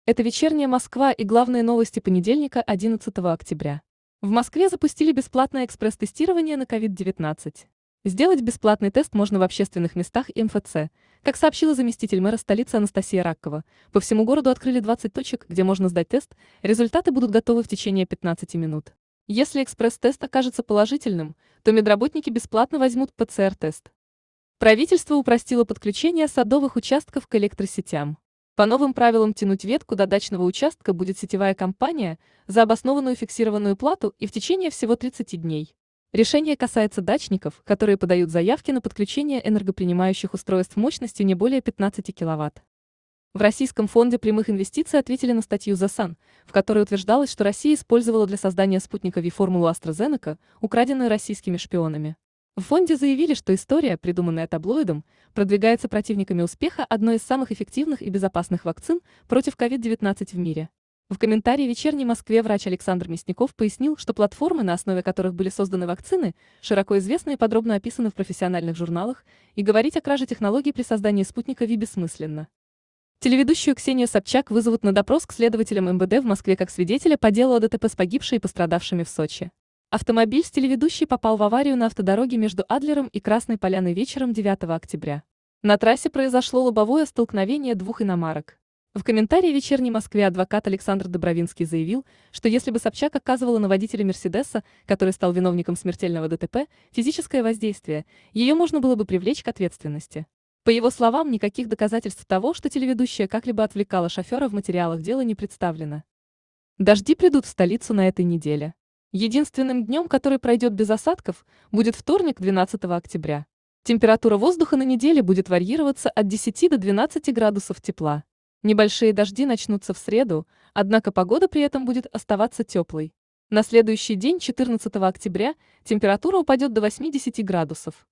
Это вечерняя Москва и главные новости понедельника, 11 октября. В Москве запустили бесплатное экспресс-тестирование на COVID-19. Сделать бесплатный тест можно в общественных местах и МФЦ. Как сообщила заместитель мэра столицы Анастасия Раккова, по всему городу открыли 20 точек, где можно сдать тест, результаты будут готовы в течение 15 минут. Если экспресс-тест окажется положительным, то медработники бесплатно возьмут ПЦР-тест. Правительство упростило подключение садовых участков к электросетям. По новым правилам тянуть ветку до дачного участка будет сетевая компания за обоснованную фиксированную плату и в течение всего 30 дней. Решение касается дачников, которые подают заявки на подключение энергопринимающих устройств мощностью не более 15 кВт. В Российском фонде прямых инвестиций ответили на статью The Sun, в которой утверждалось, что Россия использовала для создания спутника формулу AstraZeneca, украденную российскими шпионами. В фонде заявили, что история, придуманная таблоидом, продвигается противниками успеха одной из самых эффективных и безопасных вакцин против COVID-19 в мире. В комментарии «Вечерней Москве» врач Александр Мясников пояснил, что платформы, на основе которых были созданы вакцины, широко известны и подробно описаны в профессиональных журналах, и говорить о краже технологий при создании спутника ВИ бессмысленно. Телеведущую Ксению Собчак вызовут на допрос к следователям МВД в Москве как свидетеля по делу о ДТП с погибшей и пострадавшими в Сочи. Автомобиль с телеведущей попал в аварию на автодороге между Адлером и Красной Поляной вечером 9 октября. На трассе произошло лобовое столкновение двух иномарок. В комментарии «Вечерней Москве» адвокат Александр Добровинский заявил, что если бы Собчак оказывала на водителя «Мерседеса», который стал виновником смертельного ДТП, физическое воздействие, ее можно было бы привлечь к ответственности. По его словам, никаких доказательств того, что телеведущая как-либо отвлекала шофера, в материалах дела не представлено. Дожди придут в столицу на этой неделе. Единственным днем, который пройдет без осадков, будет вторник, 12 октября. Температура воздуха на неделе будет варьироваться от 10 до 12 градусов тепла. Небольшие дожди начнутся в среду, однако погода при этом будет оставаться теплой. На следующий день, 14 октября, температура упадет до 80 градусов.